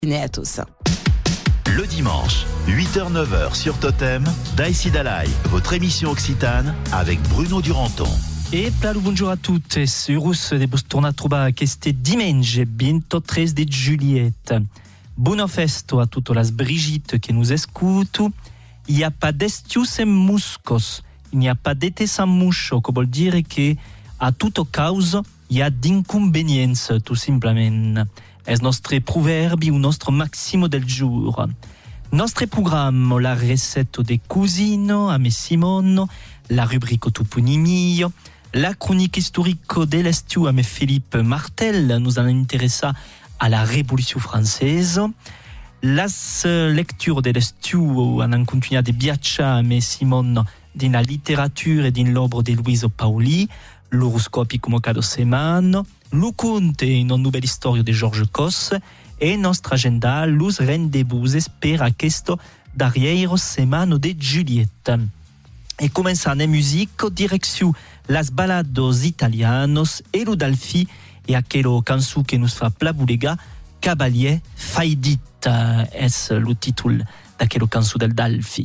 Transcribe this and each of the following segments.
À tous. Le dimanche, 8h-9h sur Totem, Daïsi Dalai, votre émission occitane avec Bruno Duranton. E plalo bonjour a tutte, heureux de vos tornar a trobar aquest diumenge 23 de juliet. Buona festo a tutte las Brigitte che nous escuto. Il n'y a pas d'estiu sem muscos, il n'y a pas d'été sans mouche, che vuol dire che a tutto causa il y a d'inconvenienze, tout simplement. Es nostre proverbi ou nostre maximo del jour. Nostre programme, la recette de cuisine a me Simone, la rubrique toponimio, la chronique historique de l'estiu a me Philippe Martel, nous allons intéresser à la Révolution française. Las lecture de l'estiu en continuat de viatjar a me Simone din la littérature et din l'obra de Luiso Paoli, l'horoscopi come cada setmana, lo conte in una nouvelle storia de Georges Cos e nostra agenda los rendezvous per questo darrière setmana de Juliette. E començant en musique, direction las balados italianos e lo Dalfi e aquello cançó que nos fa plabulega Cavalier fai dit es lo títol d'aquello cançó del Dalfi.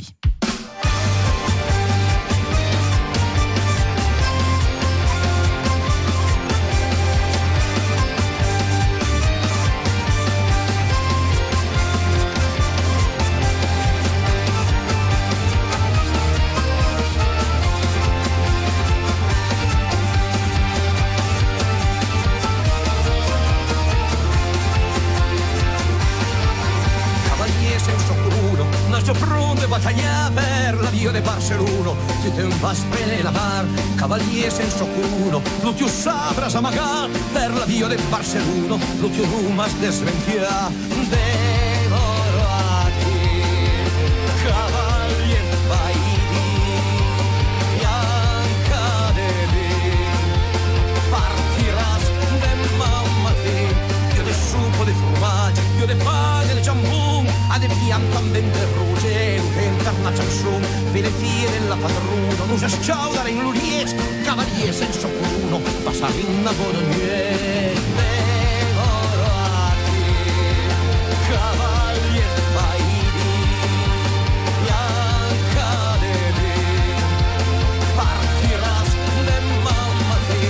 Batallar per l'avió de Barcelona, si te'n vas prendre la mar, cavalier sense culo, lo tio sabres amagar per l'avió de Barcelona, lo tio rumas desventia devoro aquí, cavalier fai di bianca de vi, partiràs demà matí, io de supo de formatge, io de pa del jambon, adebbiam també de ruge, per la canzone, per le fie della padrona, non si sciaudare in l'uries, cavalier senza culo, passare in una godonier. Devoro a te, cavalier fai di bianca de vi, partiràs demà matí.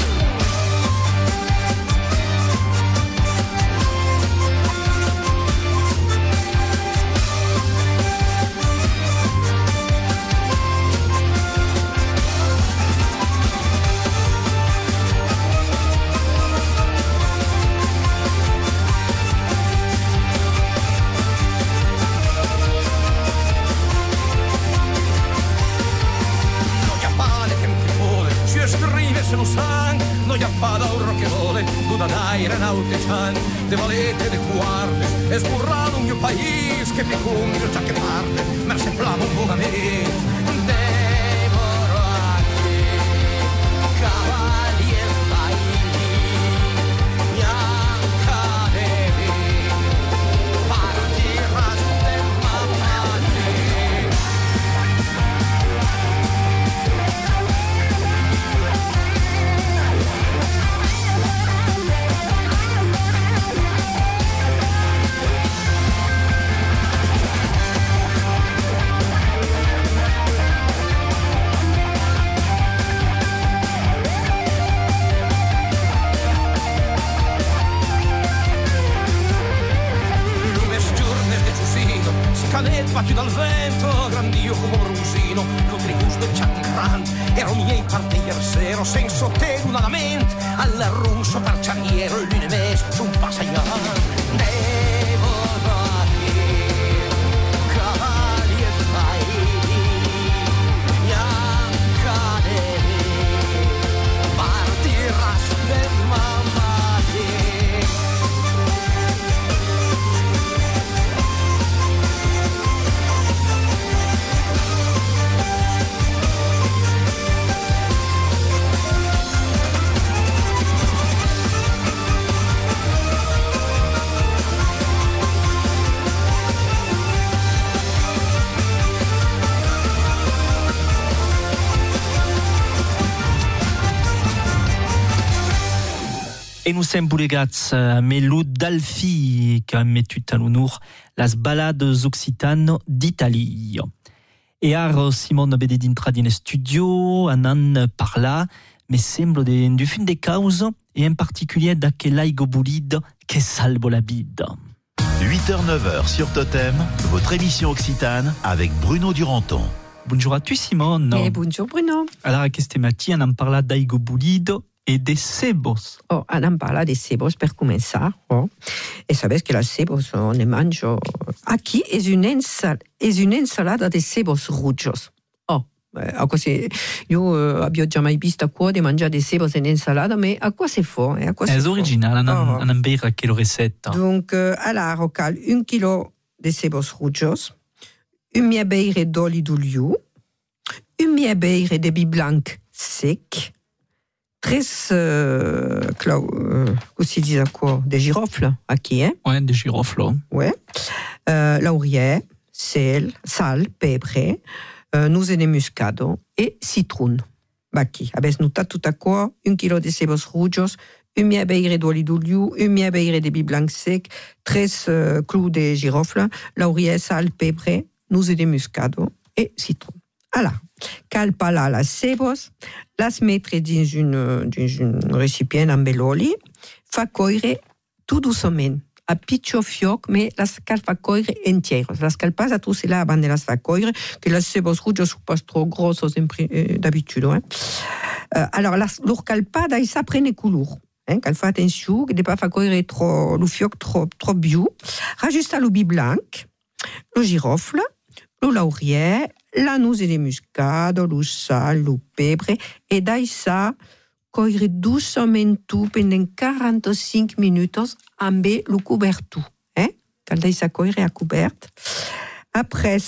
Se lo sang, no hi ha pa d'aurro que vole, d'una d'aire nautejant, de valete de guarde, esborrant un mio país que picundio già che parte, mer semblava un buon amico. Devoro a te, cavalier fai di bianca de vi, partiràs demà matí. Cadet battio dal vento, grandio come un rusino, lo trigusto e ciancrant, ero miei parteier senso te una lament, al russo carciariero e lui ne mes su un passaian. Devoro a te, cavalier fai di bianca de vi, partiràs demà matí. E nous siamo bulegats a Melù Dalfi, che ha mettut a l'onor las balades occitane d'Italie. E ara Simon vede dintra din studio, anan parla, me semblo du fin de causa, e in particulier d'aquell'aigo bulid che salvo la vida. 8h-9h sur Totem, votre émission occitane avec Bruno Duranton. Bonjour à tu Simon. Et bonjour Bruno. Alors, questa mattina on parla d'aigo bulido e de sebos. Oh, on parla de sebos per començar. Oh. E sabes que las sebos on ne mangia. Aquí es una ensalada de sebos ruggios. Oh, a quoi c'est... Io abbia già mai visto qua di mangiare de sebos in ensalada, ma a quoi c'est fort? È originale, non beira quella ricetta. Donc, alors, on cal 1 kilo de sebos ruggios, un mie beire d'oli d'olio, un mie beire de bi blanc sec, 3 aussi disent quoi, des girofles, aquí, hein? Ouais, des girofles. Ouais. Laurier, sel, pebre, noce de muscado et citron. Aqui. Abbiamo notato tutto qua, 1 kilo de sebos ruggios, un mie beire d'oli d'olio, un mie beire de bi blanc sec, 3 clous de girofle, laurier, sal, pebre, noce de muscado et citron. Alors, cal pala las sebos, las mettre dans un récipient amb l'oli, fa coire tout doucement, a pitjor fioc, mais las cal fa coire entieros. Las cal pas a tous là avant de las fa coire, que las sebos ruggios sont pas trop grossos d'habitude. Hein. Alors, lor cal pas d'aissa prene couleur. Hein, cal fa attention, que de pas fa coire trop, le fioc trop biu. Rajusta le bi blanc, le girofle, le laurier, la noce de muscado, le sal, le pebre, et d'aissa coire doucement tout pendant 45 minutes amb le couvertu. Hein? Cal d'aissa coire a couvert. Après,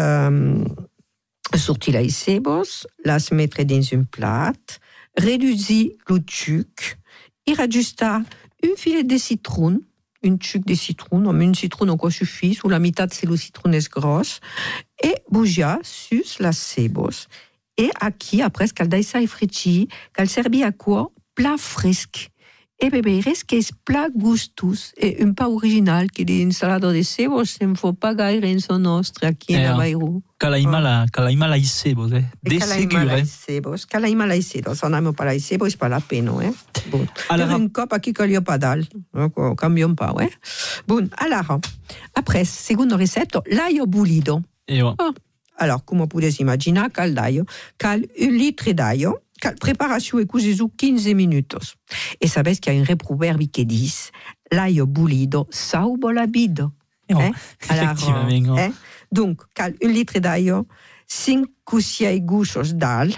sortir les sebos, las mettre dans un plat, réduire le sucre, et rajuster un filet de citron, une sucre de citron, un citron encore suffit, sous la mitad c'est le citron est gros, et bougia sur la sebos. Et aquí, après, cal d'aissa e fritti, cal servi a quoi? Plat fresque. Et bébé, reste que es plat gustus, et un pas original, que l'insalada de sebos, ne faut pas gaire en son nostre, aquí en Bairou. Calaima la sebos, de segure. Calaima la sebos, on n'aime pas la sebos, c'est pas la peine, hein. Bon. Alors, une cop aquí colio pas dal, cambions pas, ouais. Bon, alors, après, seconde recette, l'aglio bulido. Alors, come potete immaginare, cal d'aglio, cal 1 litre d'aglio, cal preparazione e cucisu 15 minutos. E sabes che ha un proverbi che dice, l'aglio bulido sauvo la vida. Effectivement. Donc, cal 1 litre d'aglio, 5 cucchiai guscios d'al,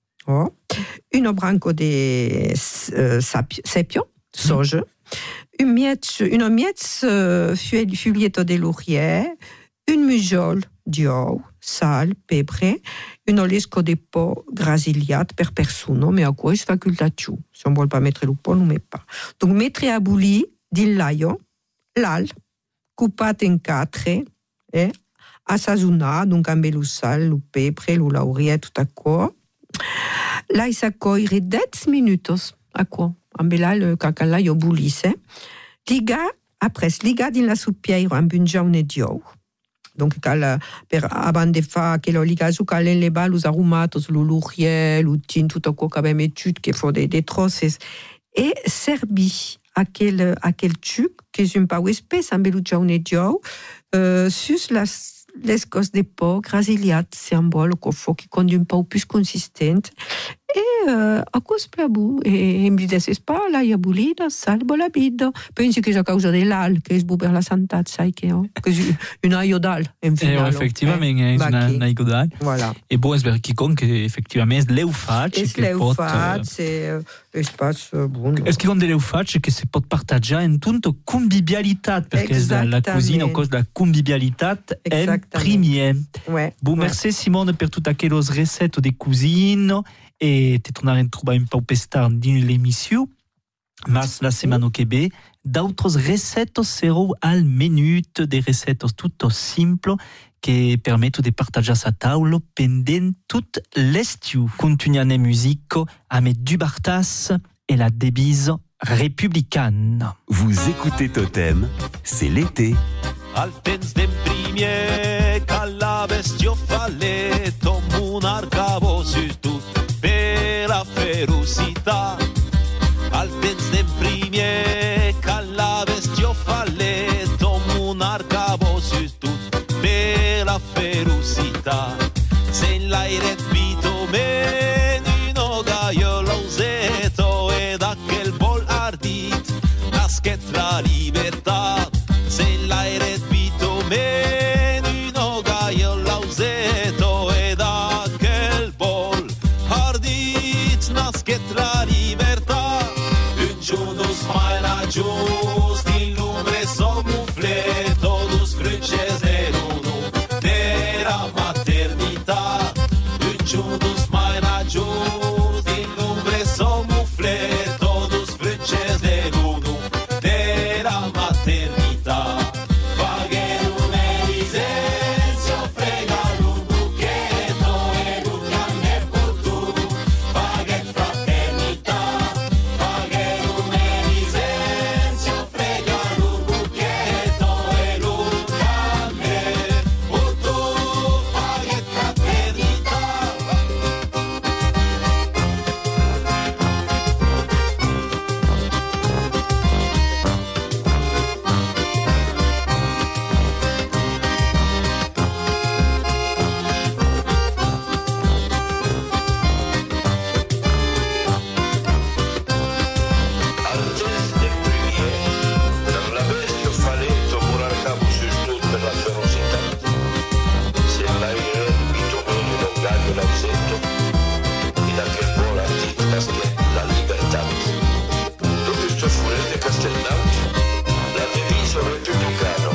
un branco de sepio, soja, un mietz fulietto de laurier, une muggiol d'ou, sal, pebre, un olesco de po grasigliat per persona, mais a quoi è facultatiu. Si on ne veut pas mettre le pot, on ne met pas. Donc, mettre à bouillir din l'aglio, l'al, coupat en 4, assaisonnar, donc amb le sal, le pebre, le laurier, tout à quoi. Là, il s'accoire 10 minutos, à quoi? Amb l'al, quand l'aglio boulisse. Liga, après, liga din la soupière amb un jaune d'ou. Donc, avant de faire que l'oligazu, cal enleva los aromatos, le laurier, le thym, tout quoi qu'avait étude, qu'il faut des trosses. Et servi à quel sucre, qui est un peu espèce, amb le jaune d'ou, sur l'escos de po, grasigliat, c'est un bol qui conduit un peu plus consistente. Et a cos plabu, e mi dices pas, la ia bulida, salvo la vida. Pensi che è a causa dell'al, che è per la santat, sai che ho? Un aglio d'al, in finale. Effectivement, è un aglio d'al. Voilà. E buon sper quiconque, effectivamente, l'eufacce. È l'eufacce, spazio buono. Est-ce qu'il y a l'eufacce che si può partagiare in tutto convivialità, perché la cuisine, cause de la convivialità, è premier. Ouais. Bon, merci Simone per tutte quelle recettes de cuisine. Et te tornare a trobar un peu pestar din l'émission. Mas la semana que ve, d'autres recettes seront al minute, des recettes toutes simples qui permettent de partager sa table pendant toute l'estiu. Continuons la musique avec du Bartas et la devise républicaine. Vous écoutez Totem, c'est l'été. Al temps d'en primer, cal la bestio falletto, monarcavo sus tut per la ferocità. Al temps d'en primer, cal la bestio falletto, monarcavo sus tut per la ferocità. Se in l'aire vito menino gaio l'auseto ed aquel vol ardit nascet la libertà. Se in l'aire vito menino gaio l'auseto ed aquel vol ardit nascet la libertà. Un giudus mai la giust in lumbre somufle todos frunces de l'unu dera maternità. Un giudus mai la giust in lumbre somufle todos frunces de l'unu dera maternità. Fagher un elisenzio, fregar un buchetto ed un canne portu. Fagher fraternità. Fagher un elisenzio, fregar un buchetto ed un canne portu. Fagher fraternità. Altez del primier, dans la bestia falletto monarcavo sus tut per la ferocità. Se l'aire bitomeno gaglio l'ausetto, ed aquel vol ardit nascet la libertà. Robusto furete Castelnaut, la deviso repubblicano.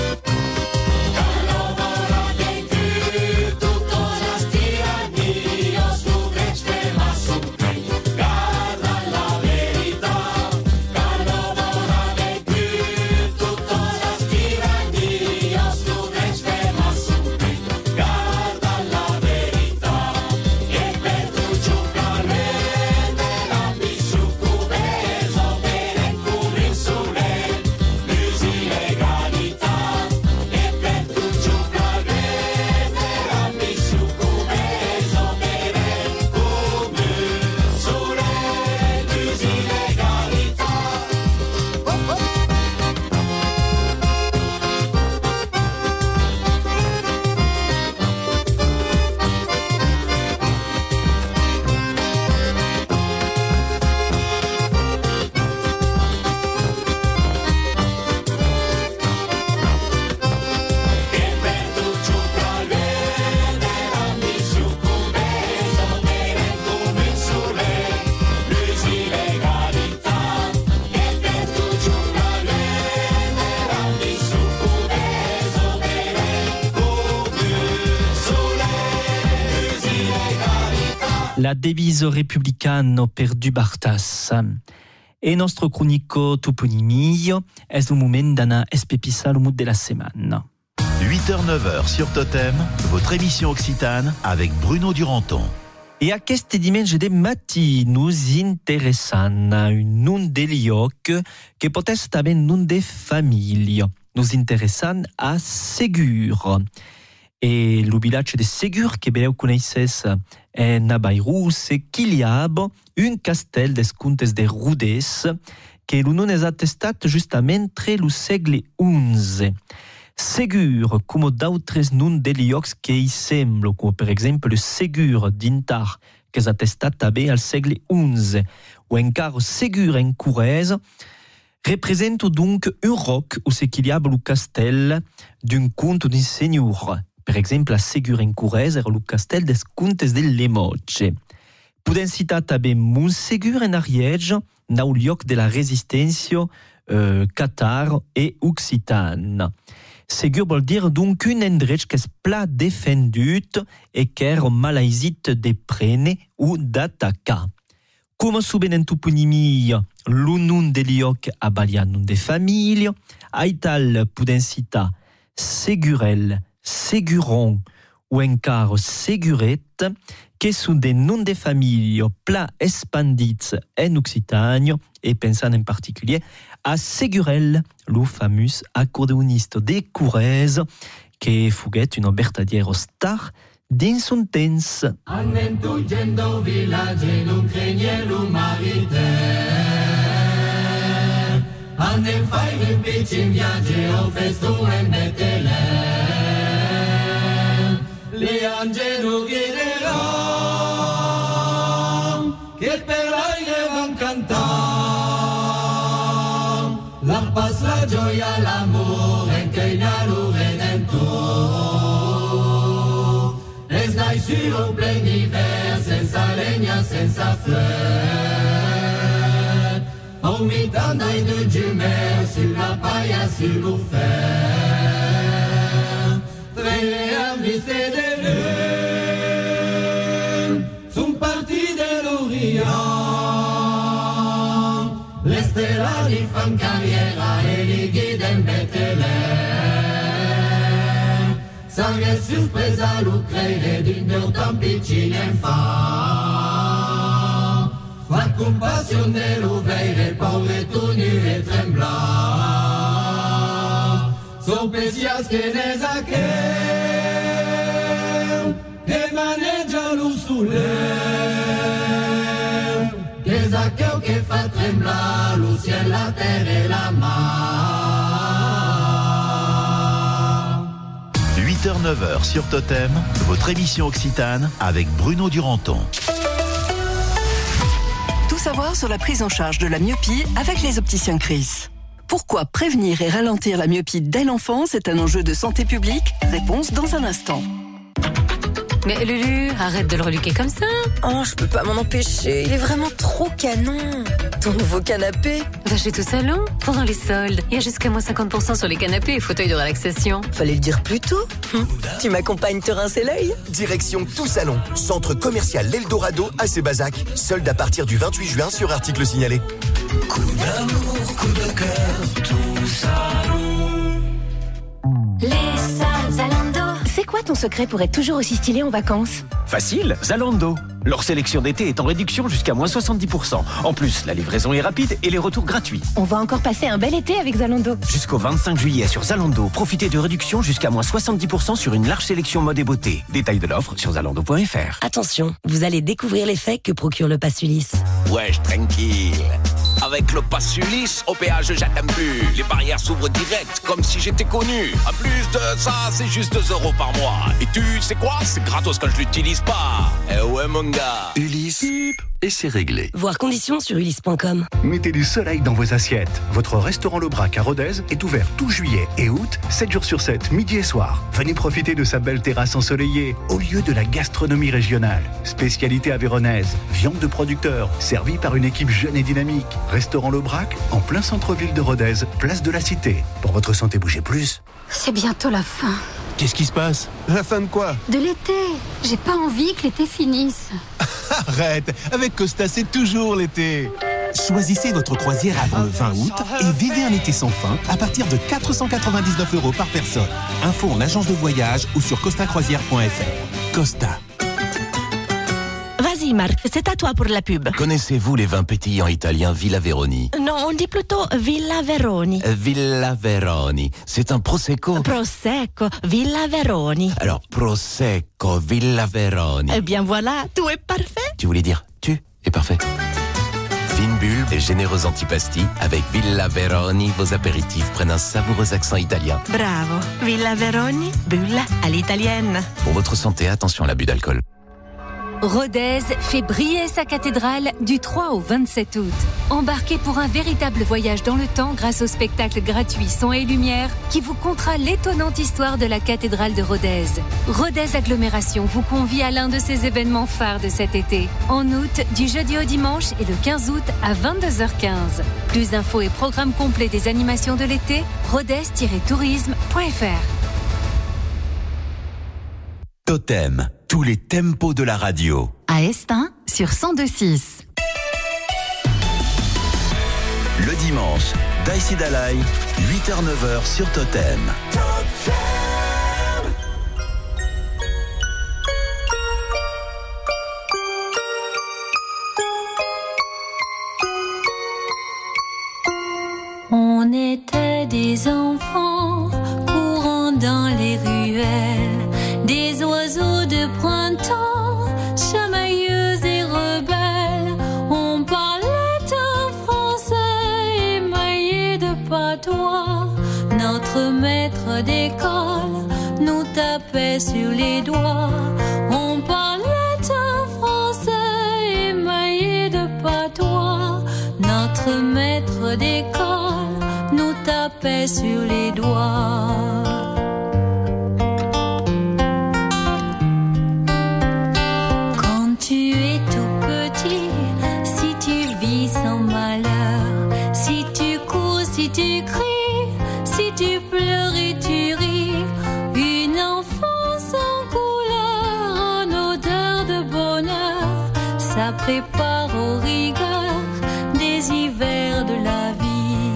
La devise républicaine perdu Bartas. Et nostro cronico toponimio est le moment d'anar espépissar le mot de la semaine. 8h-9h sur Totem, votre émission occitane avec Bruno Duranton. Et à aquest dimanche de matí nous interessant un nom de lloc que pot être també nom de família. Nous interessant a Segur. Et le village de Segur, que beleu coneixes en Bairous, qu'il y a un castel des contes de Rodés, que le nom est attestat justament entre le segle XI. Segur, comme d'autres noms de llocs que hi semblent, comme per exemple le Segur d'Intar, que est attestat també al segle XI, ou encara Segur en Corrèze, représente donc un roc où c'est qu'il y a le castel d'un conte d'un seigneur. Per exemple, a Segur en Corrèze era le castel des contes de Limoges. Podem citar també Montsegur en Ariège, nau lloc de la resistència catar et occitane. Segur vol dir donc un endrech que és pla defendut et que er malaisit de prene ou d'atacar. Com suben en toponimia, le nom de lloc a baliat nom de família, aital podem citar Segurel, Seguron ou encara Seguret, che sono dei nomi di famiglia pla espandits en Occitania e pensando in particolare a Segurel, lo famus accordeonista de Courez, che fughet una vertadiera star dins un temps. Anem tuggendo villaggi in un creniero mariter. Anem fai in piccin viaggi o festu in Betlem. Li angelo guideranno che per l'aire van cantare. La paz, la gioia, l'amore in creniero redentor. Es dai sur un plein hiver, senza legna, senza fleur. En mitant dai de jumelles, sur la paille, sur l'offert. Très invité de lune, sont partis de l'Orient. L'Estella di fan carriera e li guiden Bethlehem. Sarà sorpresa l'Ucraina di un tampicino infame. Fa compassione l'ouvrier, pauvre tout nu et tremblant. Son pesias che ne saqueu, e maneggia lo soleil. Che saqueu che fa tremblar lo ciel, la terre et la mar. 8h-9h sur Totem, votre émission occitane avec Bruno Duranton. Tout savoir sur la prise en charge de la myopie avec les opticiens Chris. Pourquoi prévenir et ralentir la myopie dès l'enfance est un enjeu de santé publique? Réponse dans un instant. Mais Lulu, arrête de le reluquer comme ça. Oh, je peux pas m'en empêcher. Il est vraiment trop canon. Ton nouveau canapé. Va chez Tout Salon. Pendant les soldes, il y a jusqu'à moins 50% sur les canapés et fauteuils de relaxation. Fallait le dire plus tôt. Tu m'accompagnes te rincer l'œil? Direction Tout Salon, centre commercial L'Eldorado à Sébazac. Solde à partir du 28 juin sur article signalé. Coup d'amour, coup de cœur, Tout Salon. Les soldes Zalando. C'est quoi ton secret pour être toujours aussi stylé en vacances? Facile, Zalando. Leur sélection d'été est en réduction jusqu'à moins 70%. En plus, la livraison est rapide et les retours gratuits. On va encore passer un bel été avec Zalando. Jusqu'au 25 juillet sur Zalando, profitez de réductions jusqu'à moins 70% sur une large sélection mode et beauté. Détails de l'offre sur zalando.fr. Attention, vous allez découvrir l'effet que procure le pass Ulysse. Wesh, tranquille. Avec le pass Ulysse, au péage j'attends plus. Les barrières s'ouvrent direct, comme si j'étais connu. En plus de ça, c'est juste 2 € par mois. Et tu sais quoi? C'est gratos quand je l'utilise pas. Eh ouais, mon gars. Ulysse, et c'est réglé. Voir conditions sur ulysse.com. Mettez du soleil dans vos assiettes. Votre restaurant L'Aubrac à Rodez est ouvert tout juillet et août, 7 jours sur 7, midi et soir. Venez profiter de sa belle terrasse ensoleillée au lieu de la gastronomie régionale. Spécialité avéronaise, viande de producteur, servie par une équipe jeune et dynamique. Restaurant L'Aubrac, en plein centre-ville de Rodez, place de la Cité. Pour votre santé, bougez plus. C'est bientôt la fin. Qu'est-ce qui se passe? La fin de quoi? De l'été. J'ai pas envie que l'été finisse. Arrête, avec Costa, c'est toujours l'été. Choisissez votre croisière avant le 20 août et vivez un été sans fin à partir de 499 € par personne. Info en agence de voyage ou sur costacroisière.fr. Costa. Vas-y Marc, c'est à toi pour la pub. Connaissez-vous les vins pétillants italiens Villa Veroni? Non, on dit plutôt Villa Veroni. Villa Veroni, c'est un Prosecco. Prosecco, Villa Veroni. Alors, Prosecco, Villa Veroni. Eh bien voilà, tout est parfait. Tu voulais dire tu es parfait. Fine bulle et généreuse antipasti, avec Villa Veroni, vos apéritifs prennent un savoureux accent italien. Bravo, Villa Veroni, bulle à l'italienne. Pour votre santé, attention à l'abus d'alcool. Rodez fait briller sa cathédrale du 3 au 27 août. Embarquez pour un véritable voyage dans le temps grâce au spectacle gratuit Son et Lumière qui vous contera l'étonnante histoire de la cathédrale de Rodez. Rodez Agglomération vous convie à l'un de ses événements phares de cet été. En août, du jeudi au dimanche et le 15 août à 22h15. Plus d'infos et programmes complets des animations de l'été, rodez-tourisme.fr. Totem, tous les tempos de la radio. À Estin, sur 102.6. Le dimanche, Daïsi Dalai, 8h-9h sur Totem. dans les ruelles, des oiseaux de printemps, chamailleux et rebelles. On parlait un français émaillé de patois. Notre maître d'école nous tapait sur les doigts. On parlait un français émaillé de patois. Notre maître d'école nous tapait sur les doigts. Quand tu es tout petit, si tu vis sans malheur, si tu cours, si tu cries, si tu pleures et tu ris, une enfance en couleur, en odeur de bonheur, ça prépare aux rigueurs des hivers de la vie.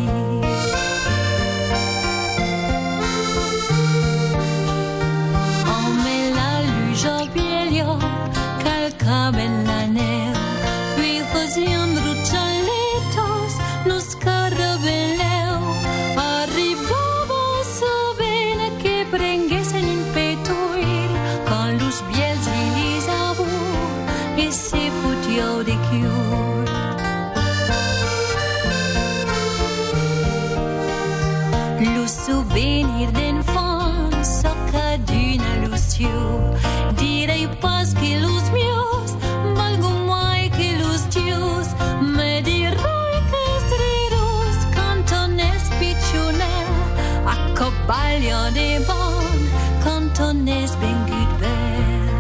Souvenir d'enfance socca d'una lucio. Direi pas che los mios valgono mai che los tios. Me direi che striros cantones piccionel a cobaglio de bon cantones ben good bel.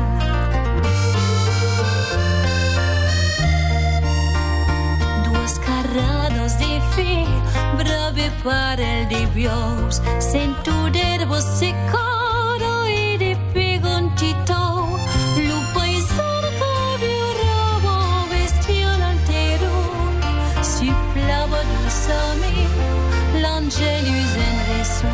Duos carrados de fe brave para el debios, sento d'erbo seccado e de pegontito, lo paesano cavioravo vestia l'altero, si plava dulcemente l'angelus en resu.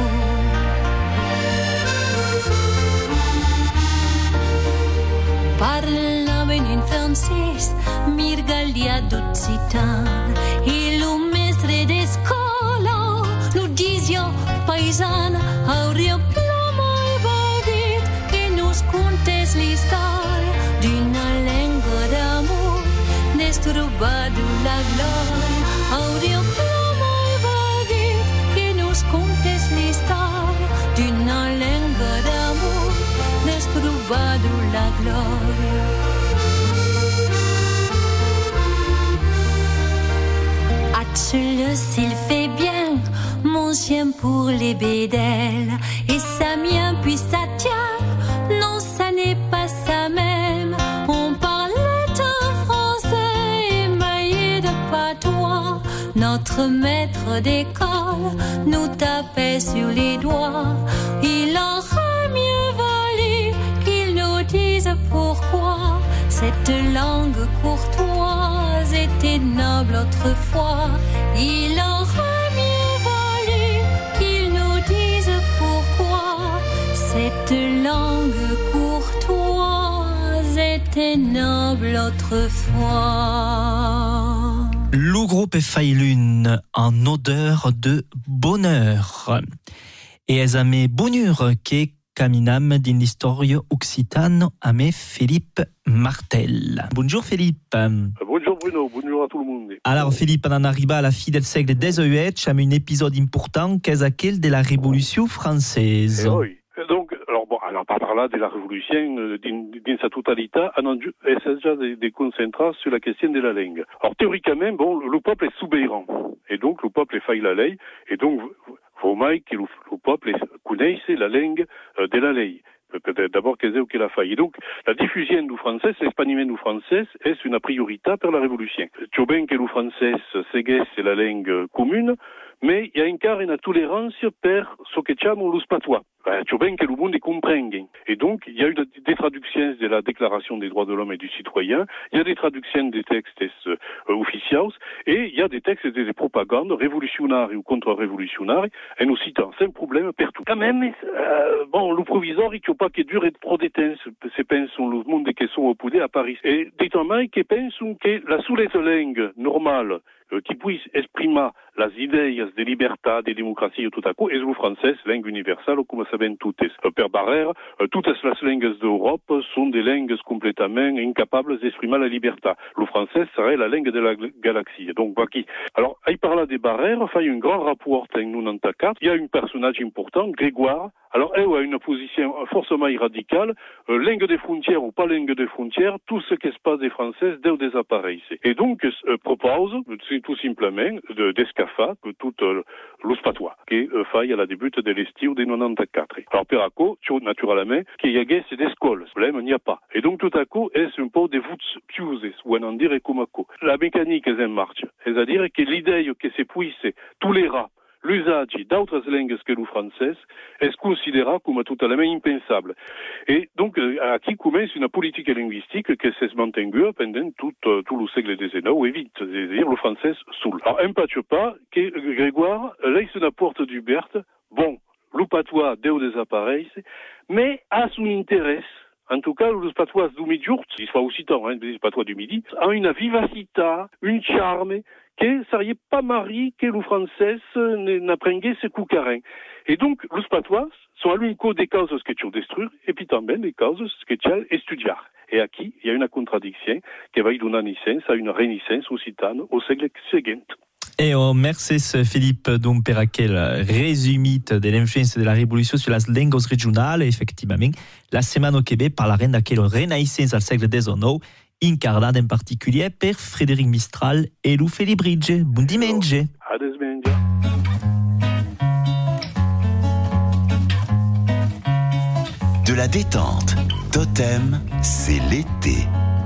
Parlaven in francès, mirgaldia d'occitan, e lo mestre d'escola lo dizio paesana, auria ploma e bagit che nos contes l'istoria d'una lingua d'amor, destrubado la gloria, auria ploma e bagit che nos contes l'istoria d'una lingua d'amor, destrubado la gloria. Atche-le s'il fait bien, mon chien pour les bédelles, et sa mien puis sa tient, non ça n'est pas ça même. On parlait un français émaillé de patois, notre maître d'école nous tapait sur les doigts. Il aurait mieux valu qu'il nous dise pourquoi cette langue courtoise était noble autrefois. Il aurait mieux valu qu'il nous dise pourquoi cette langue courtoise était noble autrefois. Le groupe Failune en odeur de bonheur. Et elles amé bonheur que caminam din l'historia occitane amé Philippe Martel. Bonjour Philippe. Bonjour Bruno, bonjour à tout le monde. Alors Philippe, on en arrive à la fin del siècle XVIII, avec un épisode important qu'est aquel de la Révolution française. Oui. Donc, alors par là de la Révolution, dans sa totalité, on a déjà des concentrats sur la question de la langue. Alors théoriquement, le peuple est souverain, et donc le peuple fait la loi, et donc faut mai que le peuple connaisse la langue de la loi. D'abord, qu'est-ce que la faille. Et donc, la diffusion du français, l'espagnol du français, est une priorité pour la Révolution. Tu vois bien que le français, c'est la langue commune, mais il y a encore une tolérance pour ce que chiamano los patois. Tu vois bien que le monde comprenne. Et donc, il y a eu des traductions de la Déclaration des droits de l'homme et du citoyen, il y a des traductions des textes officiels, et il y a des textes des propagandes révolutionnaires ou contre-révolutionnaires, et nous citons, c'est un problème partout. Quand même, le proviseur, il ne faut pas qu'il dure trop de temps, c'est pensons le monde qui sont opposés à Paris. Et des temps qui pensent que la seule langue normale qui puisse exprimer les idées de liberté, de démocratie tout à coup, et le français, langue universelle, comme savent toutes. Per barrère, toutes les langues d'Europe sont des langues complètement incapables d'exprimer la liberté. Le français serait la langue de la galaxie. Donc, voilà. Alors, il parle des barrières, il y a un grand rapport en 94. Il y a un personnage important, Grégoire. Alors, elle a une position forcément radicale, langue des frontières ou pas langue des frontières, tout ce qui se passe des Français dès des appareils. Et donc, propose, tout simplement, d'escafar que tout l'os patois, qui faille à la début de l'estiu des 94. Alors, Peraco, naturellement, qu'il y a des écoles, le problème, il n'y a pas. Et donc, tout à coup, c'est un peu des voûtes chiuses, ou en dire comme la mécanique est en marche. C'est-à-dire que l'idée que s'épuise tolérer l'usage d'autres langues que le français est considéré comme totalement impensable. Et donc, aquí commence une politique linguistique qui s'est maintenue pendant tout le siècle XIX et vite, c'est-à-dire le français seul. Alors, un patch pas que Grégoire laisse la porte du Berthe, bon, le patois des appareils, mais à son intérêt. En tout cas, le patois du midi, il se fait aussi tant, le patois du midi, a une vivacité, une charme, que ça n'est pas mari que le français n'apprendrait ses coucarins. Et donc, les patois sont à l'une des causes que tu as détruire, et puis también les causes que tu as étudier. Et aquí, il y a une contradiction qui va donner naissance à une renaissance occitane au siècle suivant. Et merci Philippe donc per aquel résumé de l'influence de la révolution sur les langues régionales. Effectivement, la semaine au Québec parlerà d'aquella renaissance al segle XIX, incarnada en particulier per Frédéric Mistral et Lou Felibridge. Bon dimanche. A dimanche. De la détente. Totem, c'est l'été.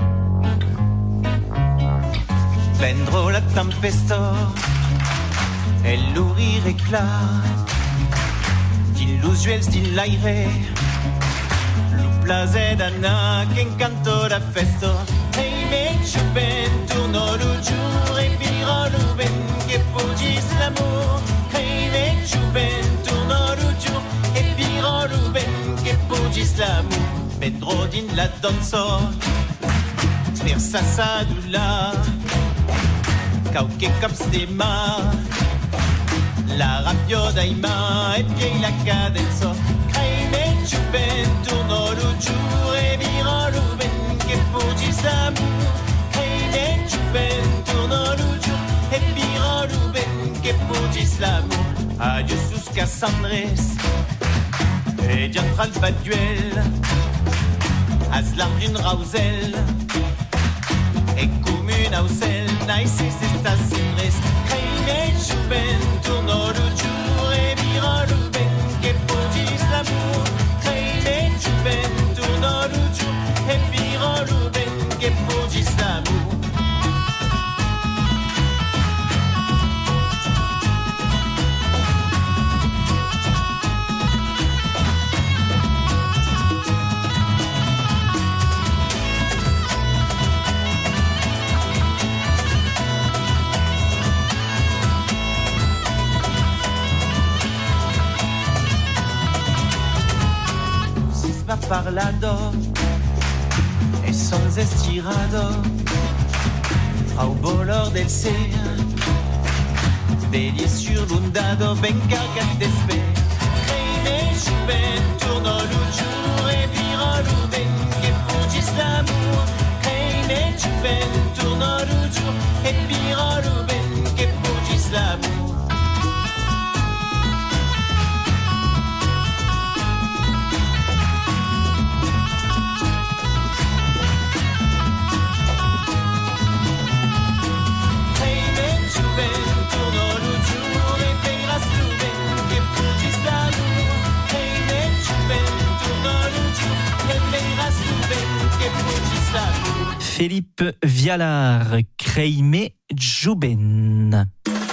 Vendrò la tempesto e l'urire clar din l'usuels din l'aire lu plaze d'ana che incanto da festo e me chupen turno lu giur e biro lu ben che pogis l'amour e me chupen turno lu giur e biro lu ben che pogis l'amour Vendrò din la danzo per sassadula Qualche caps de ma La rabbio daima e piei la cadenza Caime ciuben turno lu giur e viro lu ben che pogis l'amour Caime ciuben turno lu giur e viro lu ben che pogis l'amour Adieu sus Cassandres e diantra al baduel Aslam d'une rausel e commune ausel nice sta sindres Caine chuben turno lu giur e viro lu ben che pogis l'amour Caine chuben turno lu giur e viro lu ben che pogis l'amour parlado e sons estirado ao bolor del ser Vedi sur l'undado ben cargat d'esper Creine chupen turno lu giur e viro lu ben che pogis l'amour Creine chupen turno lu giur e viro lu ben che pogis l'amour Philippe Vialard, Creime Jouben.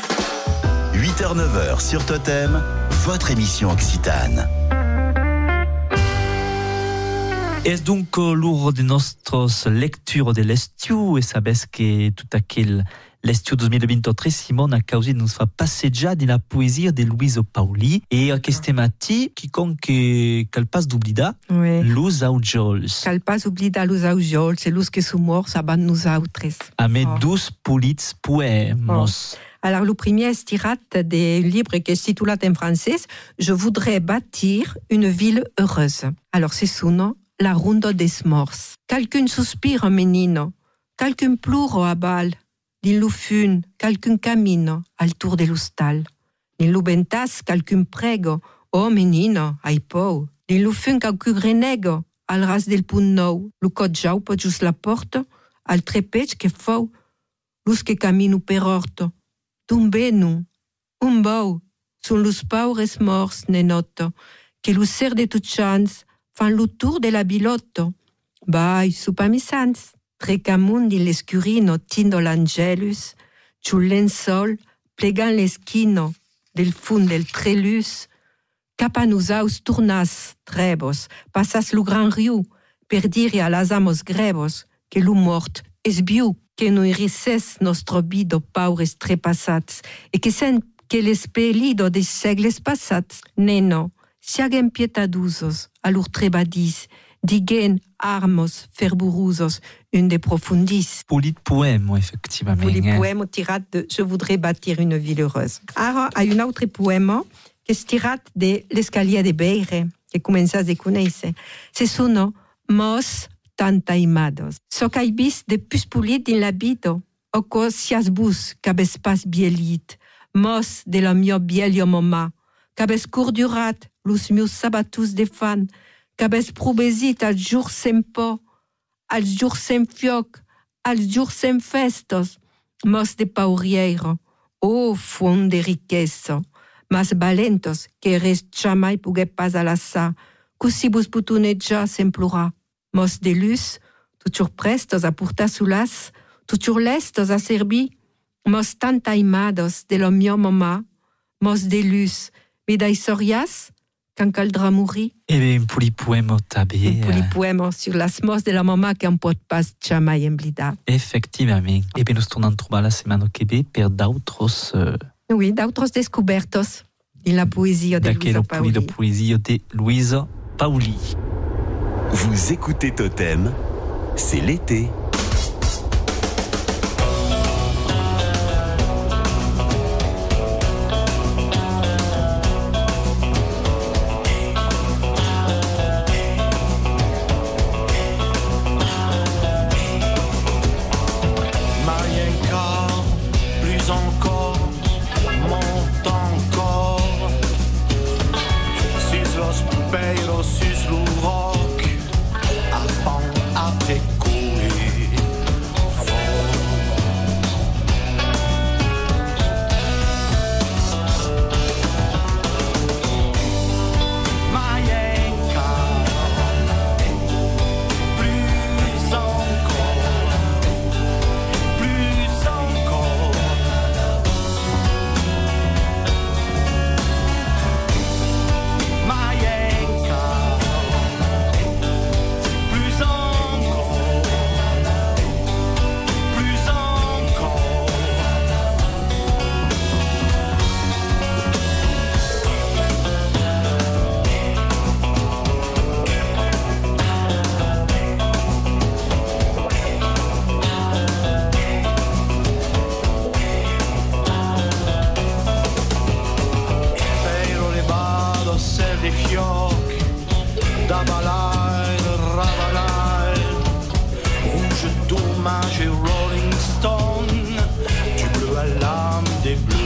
8h-9h sur Totem, votre émission occitane. Es donc l'heure de nostres lectures de l'estiu et sabes que tout aquel L'estiu 2023, Simone a causa nos fa passeggiare nella poesia di Luiso Pauli e aquest matí, quiconque cal pas d'oblidar, Luz Augiols. Cal pas oblidar Luz Augiols, e luz que sont morts abans nosaltres. A mes 12 polits poèmes. Alors, le premier est tiré d'un livre qui est titulé en français « Je voudrais bâtir une ville heureuse ». Alors, c'est son nom, La Ronda des Morts. Quelqu'un soupire en menino, quelqu'un pleure à balle, din lo fun, quelqu'un camino al tour de l'hostal. Din lo bentas, quelqu'un prego, oh menino, ai pou. Din lo fun, quelqu'un renego, al ras del punt nou, lo cot jau pot just la porta, al trepig que fou, lus que camino per orto. Tombenu, un bou, son los paures morts nenoto, que lo ser de tot chans fan lo tour de la bilotto. Bai, supamisans, trecamunt din l'escurino tindo l'angelus, ciù l'ensol, plegant l'esquino del fund del trelus, cap a nosaus tornas, trebos, passas lo gran riu, per dire a las amos grebos, que lo mort es viu, que no irises nostro bido paures trepassats, e que sent que l'espelido des segles passats, neno, siaguen pietadusos, alur trebadis, diguen armos ferburusos, un de profundis. Polit poème, effectivement. Polit poème tirat de « Je voudrais bâtir une ville heureuse ». Alors, il y a un autre poème qui est tiré de l'escalier de Beire, que commence à se connaître. C'est son nom, Mos Tantaimados. So qu'ai bis de pus polit in la bido, o cos sias bus cabes pas bielit, mos de la mio bielio moma, cabes curdurat lus mius sabatus de fan, cabes probesit al jour sem po, al jour sem fioc, al jour sem festos, mos de paurieiro, o fond de riqueso, mas valentos que res jamais pugue pas alassar, cusibus putuneja sem plura. Mos de luz, toujours prestos a portar sulas, toujours lestos a servir, mos tantaimados de lo mio mama, mos de luz, vidai sorias, quand caldra mourir. Eh bien, un poli poème tabé. Un poli poème sur las mos de la mama qui en pot pas jamais emblidar. Effectivement. Et bien, nous tournons trouver la semaine que ve per d'autres... Oui, d'autres descobertos in la poesia de Luiso Pauli. La poesia de Luiso Pauli. Vous écoutez Totem, c'est l'été. Marienka, plus encore, monte encore, sus los peiros, sus l'ouvroc. Après couler Marienka, plus encore, plus encore. Marienka, plus encore. Des fioc, d'abalai, de rabalai, rouge dommage et Rolling Stone, du bleu à l'âme des bleus.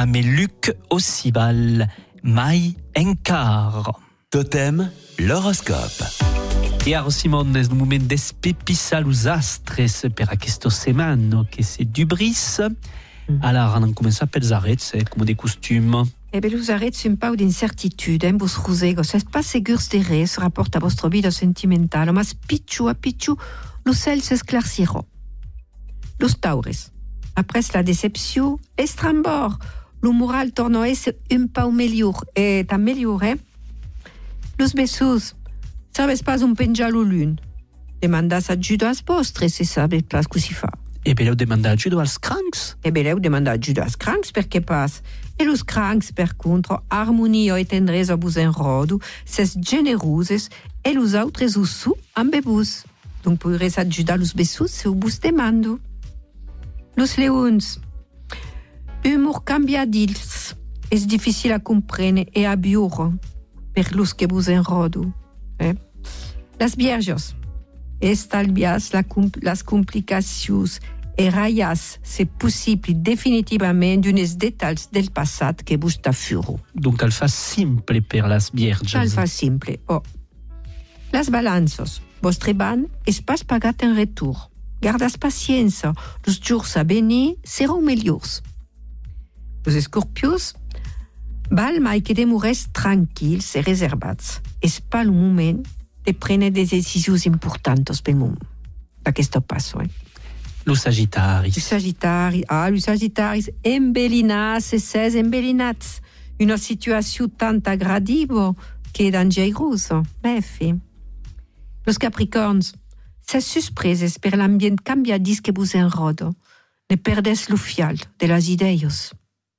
mais Luc Ossibal, mai encar. Totem, l'horoscope. E ara Simon es no moment d'espepissar los astres per aquesta setmana, que c'est du bris. Alors, on commença pels arrets, com de costum. Eh bien, vous arrêtez un peu d'incertitude, hein, vous rusego. C'est pas sûr de rien, se rapporte à votre vie sentimentale, mais pichu a pichu, le ciel s'esclaircira. Los taures, après la déception, estrambord, le moral torne à être un peu meilleur, et amélioré. Los bessos, sabes pas un penjar la lune. Demandas ajuda als vostres, se sabes pas que si fa. E beleu demandar ajuda als crancs? E beleu demandar ajuda als crancs, perché pas? E los crancs, per contro, harmonia e tendresa vos enrodo, ses generoses, e los autres ussu ambebus. Donc, pourrez ajudar los bessos se vos demando. Los leons, humor cambiadils, es difficile a comprendre e a biure per los que vos enrodo. Las vierges, estalvias las complicacions e rayas, se possible, definitivament d'unes detalls del passat que vos t'affuro. Donc, cal fa simple per las vierges. Cal fa simple, oh. Las balanços, vostre ban es pas pagat en retour. Gardas paciència, los jours a venir seran millors. Los escorpios, val mai que demorés tranquils e reservats. És pas el moment de prendre des decisions importantes pel moment. D'aquesta passo, Los sagittaris. Los sagittaris, embellinats e ses embellinats. Una situació tan agradiva que dangerosa. Mefi. Los capricorns, ses surpreses per l'ambient canviadís que vos enroda. Ne perdes lo fial de las idees.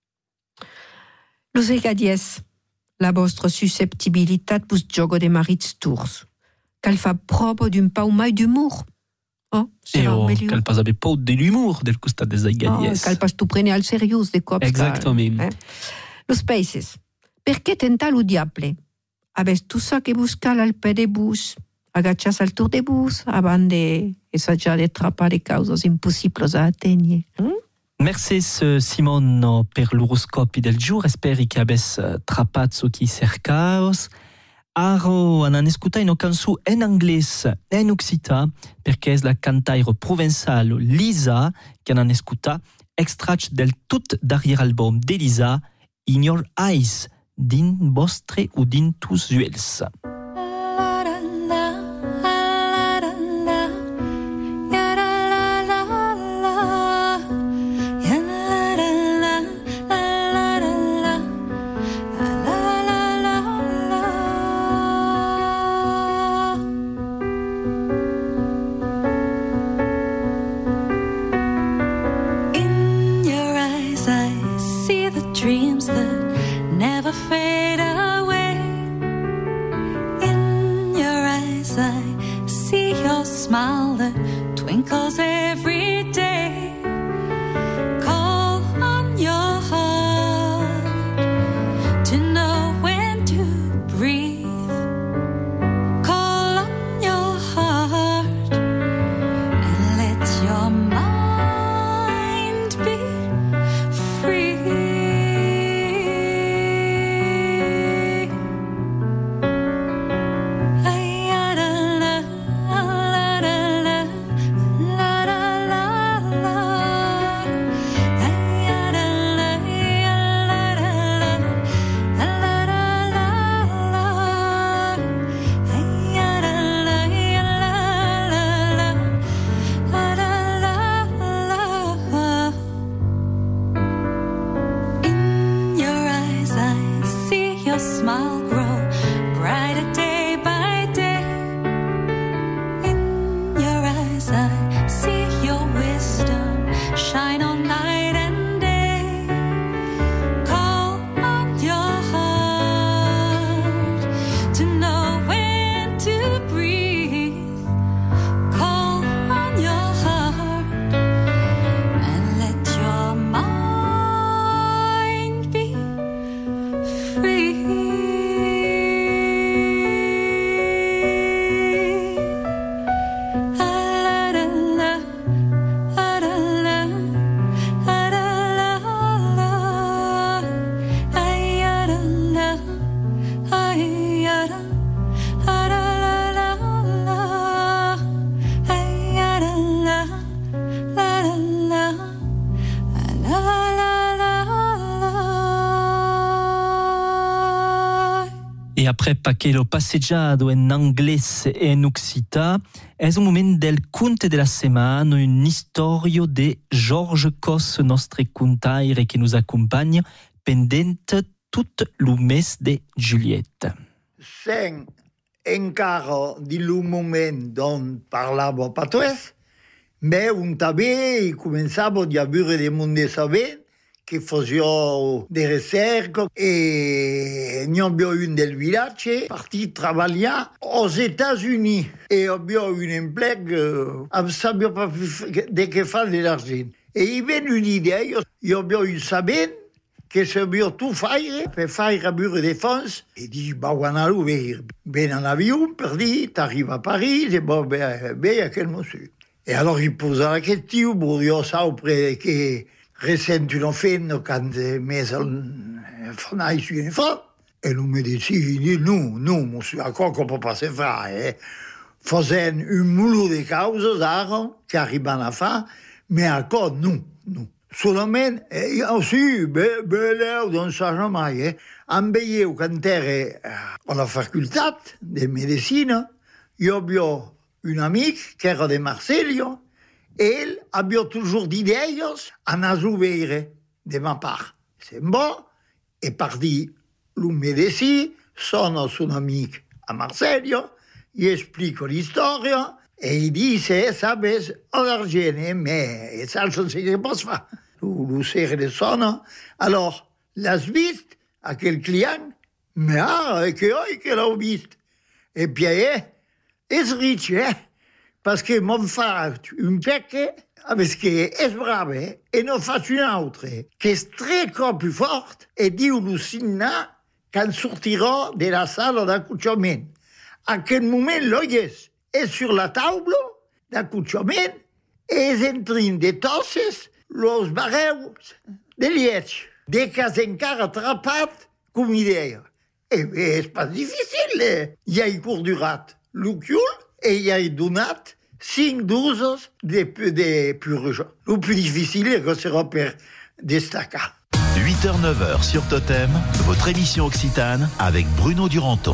Los regadiers, la vostra susceptibilitat vos joga de marits tours. Cal fa prova d'un pau mai d'humor. Cal pas haver pau de l'humor del costat des regadiers. Cal pas tu prene al seriós de cops. Exactament. Los peixes, per què tentar lo diable? Aves tu ça que vos cal al pè de bus, agachas al tour de bus, abans de essajar de trapar de causes impossibles a atteindre. Merci Simon per l'horoscopi del jour. Esperi que abes trapat ce qui cercaos. Aro an escutat una cançó en anglès, en occità, perché és la cantaire provençal Lisa, que an escutat extrach del tot darrière album d'Elisa, In Your Eyes, din vostre ou din tous uels. Dreams that never fade away. In your eyes I see your smile that twinkles every day. Call on your heart to know when to breathe. Call on your heart and let your mind be free. Free. après perché l'ho passeggiato in inglese e in occitan, è un momento del conte della settimana, un'istoria di Georges Cos, nostre contaire che nous accompagna, pendente tutto il mese di Giulietta. Sen encara di un momento don parlavo patois, ma un tabè cominciavo a avere dei mondi sapenti che facevano delle ricerche e ne abbiamo un del villaggio parti lavorare agli Stati Uniti e abbiamo un impiego non sappiamo pas di che fare dell'argento e mi viene un'idea io abbiamo un sapente che sappiamo tutto fare per fare avere dei fondi e dici guarda vieni in avione per dire ti arrivi a Parigi e vai a quel monsieur e allora gli posa la questione io so che recente un offendo quand mes fornai su in fa e lui mi dice no monsieur ancora che può passare fare fazen un mulo di cause d'aro che arrivano a fa ma ancora no solamente io sì belle non so mai ambie quando ero alla facoltà di medicina io avevo un amico che era di Marseille e abbiamo toujours d'idées a nasuvere de ma part. C'est bon, e parti lui mi dice, sono suo amico a Marseille, gli esplico la storia e gli dice, sapes, all'argene, ma ça je sais che posso fare. Lui sera de sono, alors l'has vist a quel client? Ma che l'ho visto. E puis, è ricco, parce que mon frère, un pecche, parce que est brave, et non fait une autre, qui est très plus forte, et dit au Lucina, quand sortira de la salle d'accouchement. À quel moment, l'oyes est sur la table d'accouchement, et est en train de tosses, los barreus de liège, des cas encara attrapats, comme idée. Et c'est pas difficile, il y a une cour du rat, l'ucule, et il y a donat 5 doses de purge. Le plus difficile est que sera per destaca. 8h-9h sur Totem, votre émission Occitane avec Bruno Duranton.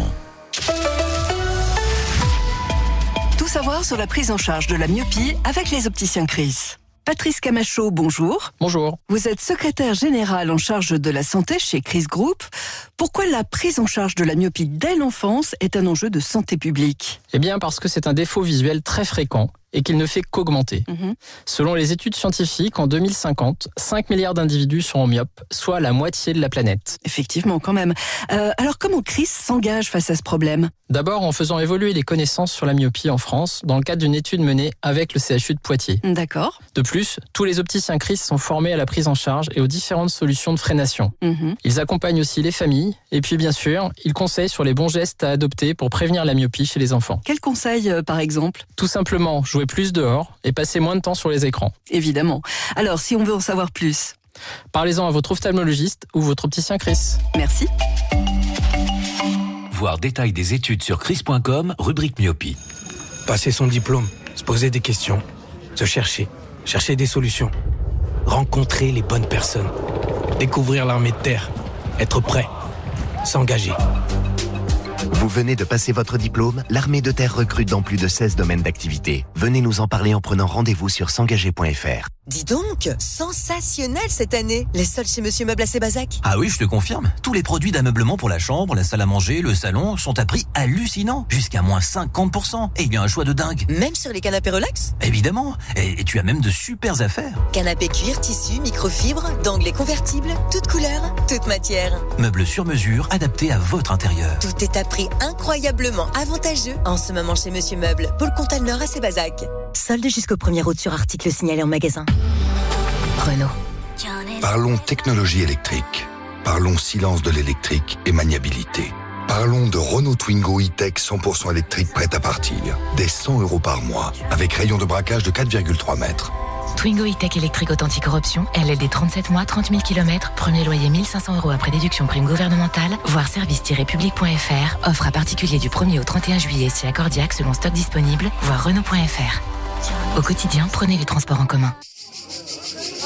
Tout savoir sur la prise en charge de la myopie avec les opticiens Chris. Patrice Camacho, bonjour. Bonjour. Vous êtes secrétaire général en charge de la santé chez Chris Group. Pourquoi la prise en charge de la myopie dès l'enfance est un enjeu de santé publique? Eh bien parce que c'est un défaut visuel très fréquent et qu'il ne fait qu'augmenter. Selon les études scientifiques, en 2050, 5 milliards d'individus seront myopes, soit la moitié de la planète. Effectivement, quand même. Alors comment Chris s'engage face à ce problème? D'abord en faisant évoluer les connaissances sur la myopie en France, dans le cadre d'une étude menée avec le CHU de Poitiers. D'accord. De plus, tous les opticiens Chris sont formés à la prise en charge et aux différentes solutions de freination. Ils accompagnent aussi les familles et puis bien sûr, ils conseillent sur les bons gestes à adopter pour prévenir la myopie chez les enfants. Quels conseils par exemple? Tout simplement, jouer plus dehors et passer moins de temps sur les écrans. Évidemment. Alors, si on veut en savoir plus, parlez-en à votre ophtalmologiste ou votre opticien Chris. Merci. Voir détail des études sur chris.com, rubrique myopie. Passer son diplôme, se poser des questions, se chercher des solutions, rencontrer les bonnes personnes, découvrir l'armée de terre, être prêt, s'engager. Vous venez de passer votre diplôme, l'armée de terre recrute dans plus de 16 domaines d'activité. Venez nous en parler en prenant rendez-vous sur s'engager.fr. Dis donc, sensationnel cette année. Les soldes chez Monsieur Meuble à Sébazac. Ah oui, je te confirme. Tous les produits d'ameublement pour la chambre, la salle à manger, le salon sont à prix hallucinant. Jusqu'à moins 50%. Et il y a un choix de dingue. Même sur les canapés relax? Évidemment. Et tu as même de super affaires. Canapé cuir, tissu, microfibre, d'anglais convertibles, toutes couleurs, toutes matières. Meubles sur mesure, adaptés à votre intérieur. Tout est à prix incroyablement avantageux en ce moment chez Monsieur Meuble, Paul Comtal-Nord à Sébazac. Solde jusqu'au 1er août sur articles signalés en magasin. Renault. Parlons technologie électrique. Parlons silence de l'électrique et maniabilité. Parlons de Renault Twingo e-Tech 100% électrique prête à partir. Dès 100 € par mois, avec rayon de braquage de 4,3 mètres. Twingo e-Tech électrique anti-corruption, LLD 37 mois, 30 000 km, premier loyer 1 500 € après déduction prime gouvernementale, voir service-public.fr, offre à particulier du 1er au 31 juillet si accordiaque selon stock disponible, voir Renault.fr. Au quotidien, prenez les transports en commun.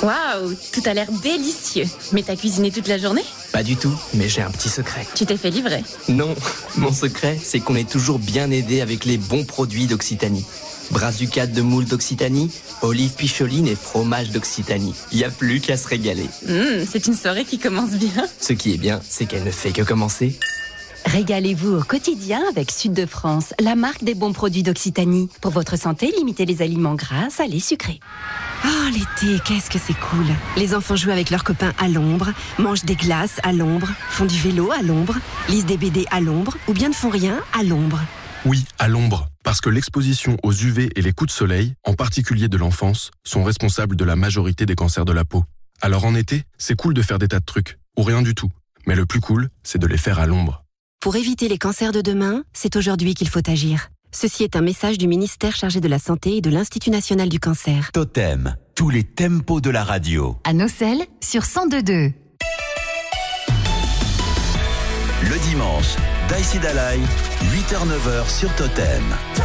Waouh, tout a l'air délicieux. Mais t'as cuisiné toute la journée ? Pas du tout, mais j'ai un petit secret. Tu t'es fait livrer ? Non, mon secret, c'est qu'on est toujours bien aidé avec les bons produits d'Occitanie. Brazucade de moule d'Occitanie, olives picholine et fromage d'Occitanie. Y a plus qu'à se régaler. C'est une soirée qui commence bien. Ce qui est bien, c'est qu'elle ne fait que commencer. Régalez-vous au quotidien avec Sud de France, la marque des bons produits d'Occitanie. Pour votre santé, limitez les aliments gras, salés, sucrés. Oh, l'été, qu'est-ce que c'est cool. Les enfants jouent avec leurs copains à l'ombre, mangent des glaces à l'ombre, font du vélo à l'ombre, lisent des BD à l'ombre ou bien ne font rien à l'ombre. Oui, à l'ombre, parce que l'exposition aux UV et les coups de soleil, en particulier de l'enfance, sont responsables de la majorité des cancers de la peau. Alors en été, c'est cool de faire des tas de trucs, ou rien du tout. Mais le plus cool, c'est de les faire à l'ombre. Pour éviter les cancers de demain, c'est aujourd'hui qu'il faut agir. Ceci est un message du ministère chargé de la Santé et de l'Institut National du Cancer. Totem, tous les tempos de la radio. À Nocelles sur 102.2. Le dimanche, Daïsi Dalai, 8h-9h sur Totem.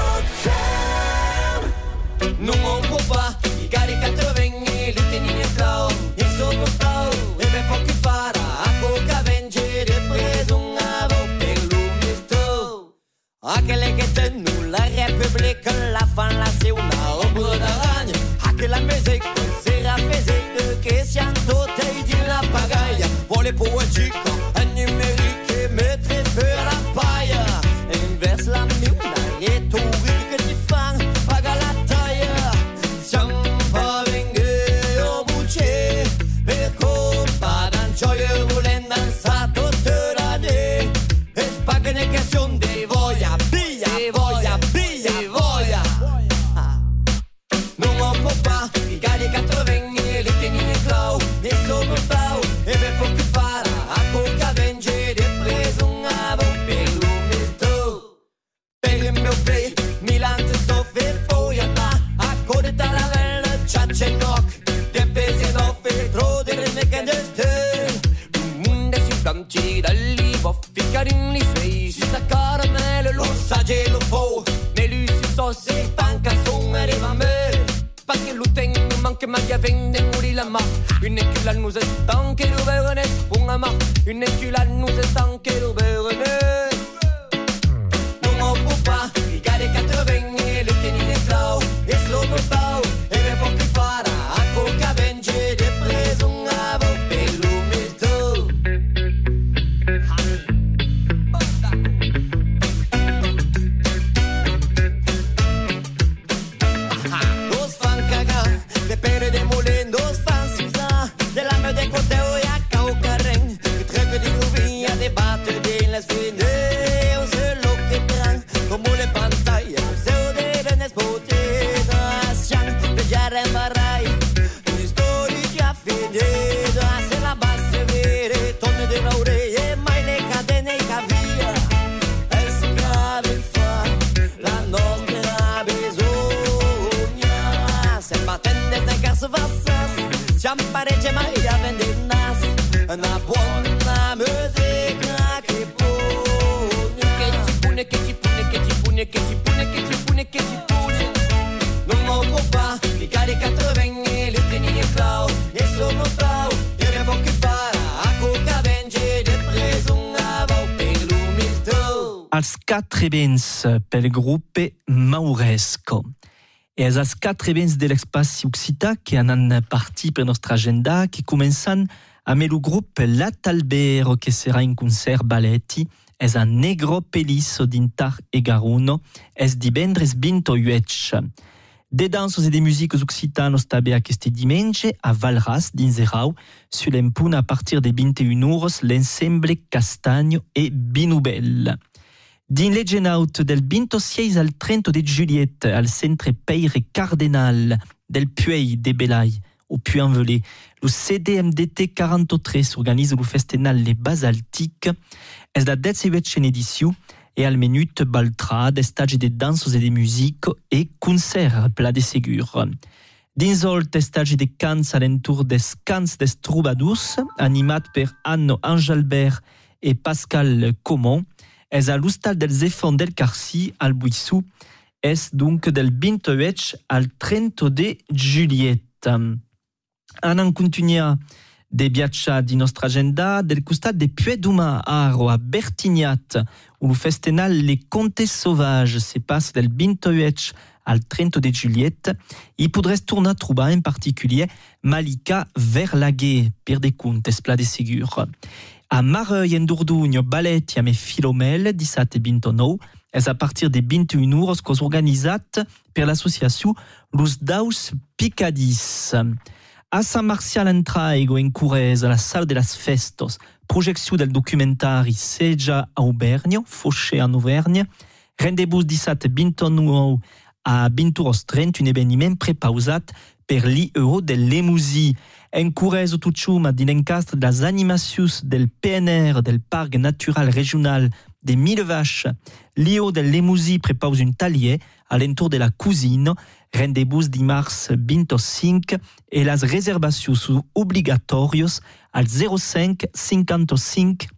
Non on può pas, i cari 80 e le tenine flow, e sotto flow, e per pochi farà, a coca vengere preso un avo per l'umisto. Aquele che tenu la République, la fan la c'est una ombre d'aragne, aquella musique sera physique, che siamo tutti di la pagaia, vuole poetica, e numérique, e mettere per la paia, e inverse la mula, e tu che ti fan, paga la taia, siamo pas vengue au boucher, per colpa d'un gioia volendo danza toute l'année, e spaga une question de voia, bia, voia, bia, voia. Non on peut pas, i cari 80 e le tenine flow, e sono flow, e per pochi farà, a coca vengere preso un avo per l'umisto. Per il mio play, Milan se soffre poi andà, a code dalla vella, ciaccia e noc, de pesi no vetro delle meccaniche. Un mondo si planci dall'Ivo, ficcare suoi, si sta caramelle, lo sa e lo fo, ne lui si so si stanca, son arriva a me, perché lo tengo, manche maglia vende, muri la ma, une che la nous est stanche, lo bevene, spunga ma, une che la nous est stanche, lo bevene. Non on peut pas, i cari 80 e le tenine flow, e sono flow, e per pochi farà, a coca vengere preso un avo per l'umisto. Dos fan cagar, de pere de molen, dos fan sisa, de la me de coteo e a caucaren, que treque de lluvia, de bate de las venas, se lo que traen, como le pantalla, se de las botellas, yang, de jare marai, une storia già finita, se la base vere, tonne de laureie, mai le cadene cavia, el sgrave fa, la nostra bisogna, se battende de caso vassas, siamo parecchie mai a vendere nas, una buona musica che pugna, che ci pune, che ci pune, che ci pune, che ci pune, che ci pune, che ci pune. Non ho può i cari 80 e le tenine flow, e sono flow, e avevo che fare, a coca vengere preso un avo per l'umisto. Als 4 events pel gruppe Mauresco. E als 4 events de l'espace occità che hanno parti per nostra agenda, che cominciano amb el grup L'Atalbero, che sarà in concert balletti, es a Negro Pelisso d'Intar e Garuno, es divendres 28. De dansos e de musiques occitanos també aquest diumenge a Valras, dins Erau, sull'empuna a partir de 21 horas l'ensemble Castagno e Binubel. Din l'Egenaut del 26 al 30 de Juliet al centre Peire Cardenal del Puey de Belai, au Puy-en-Velay, le CDMDT 43 organise le festival Les Basaltiques, es la 18e édition et al menut baltra des stages de danses et de musique et concerts pla de segur. Dins olt stage de cants a l'entour des cants des troubadours, animat per Anno Angelbert et Pascal Comon, es a l'hostal dels Efons del Carcí al Buissou, es donc del 28 al 30 de Juliet. Anan continua de viatjar di nostra agenda del costat de Pueduma Aro a Bertignat, où le festival Les Contes Sauvages se passe del 28 al 30 de juillet. I podràs tornar a trobar en particulier Malika Verlaguer, per de contes pla de segur. A Mareuil en Dordogne, ballet amb Filomel, 17 e 29, és a partir de 21 hores que és organitzat per l'associació Los Daus Picadis. A Sant Marcial en Traigo, en Corrès, a la Sala de las Festos, projecció del documentari Seja a Auvergne, Fauché en Auvergne, rendez-vous 17 29 a 20 hores 30, un eveniment prepausat per l'IEO de l'Emusi. En Corrès, o Tutxum, a l'encastre de les animacions del PNR, del Parc Natural Regional de Millevaches, l'IEO de l'Emusi prepause un talier à l'entour de la cuisine. Rendez-vous dimarts 25 et les réservations sont obligatoires al 05 55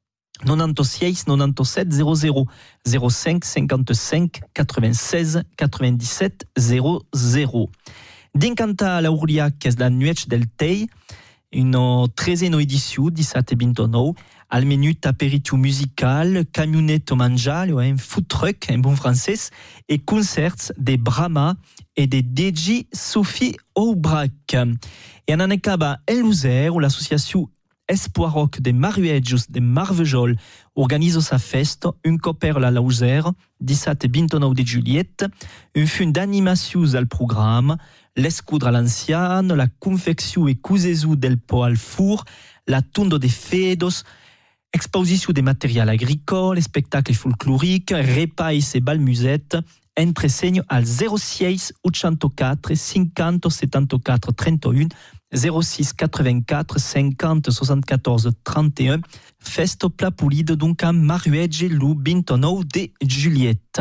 96 97 00 05 55 96 97 00. D'Incanta l'Aurliac, que és la nuit del Tei, une 13e édition, 17 et 29, al menut aperitiu musical, camionnette au menjar, un food truck en bon français, et concerts de Brahma et de DJ Sophie Aubrac. Et en anacaba en Luzère, où l'association Espoir Rock de Maruejos de Marvejol organise sa fête, un coper la Luzère, 17 et 29 de juillet, un fun d'animations al programme, l'escoudre à l'ancienne, la confection et cousezu del po al four, la tondo de fedos, exposition de matériel agricole, spectacle folklorique, repas et balmusette, entresegno al 06 804 50 74 31 06 84 50 74 31 Festo Plapulide donc à Maruege Lou 29 de Juliette.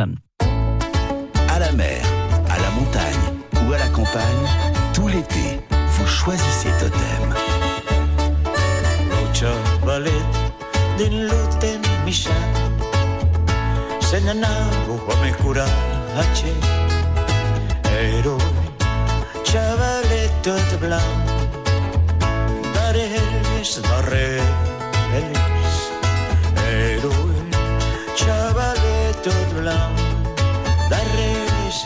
À la mer, à la montagne ou à la campagne, tout l'été, vous choisissez Totem. Din luten misha se n'anavo a me coratge eroi xavalet tot blanc darrers eroi xavalet tot blanc darrers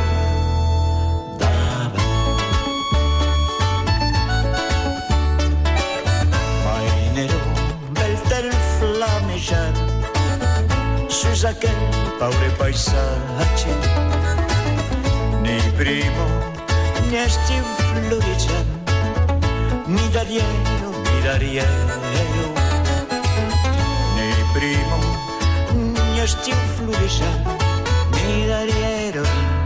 sus aquel pobre paisatge ni primo ni estiu florejant ni d'ariero ni primo ni estiu florejant ni d'ariero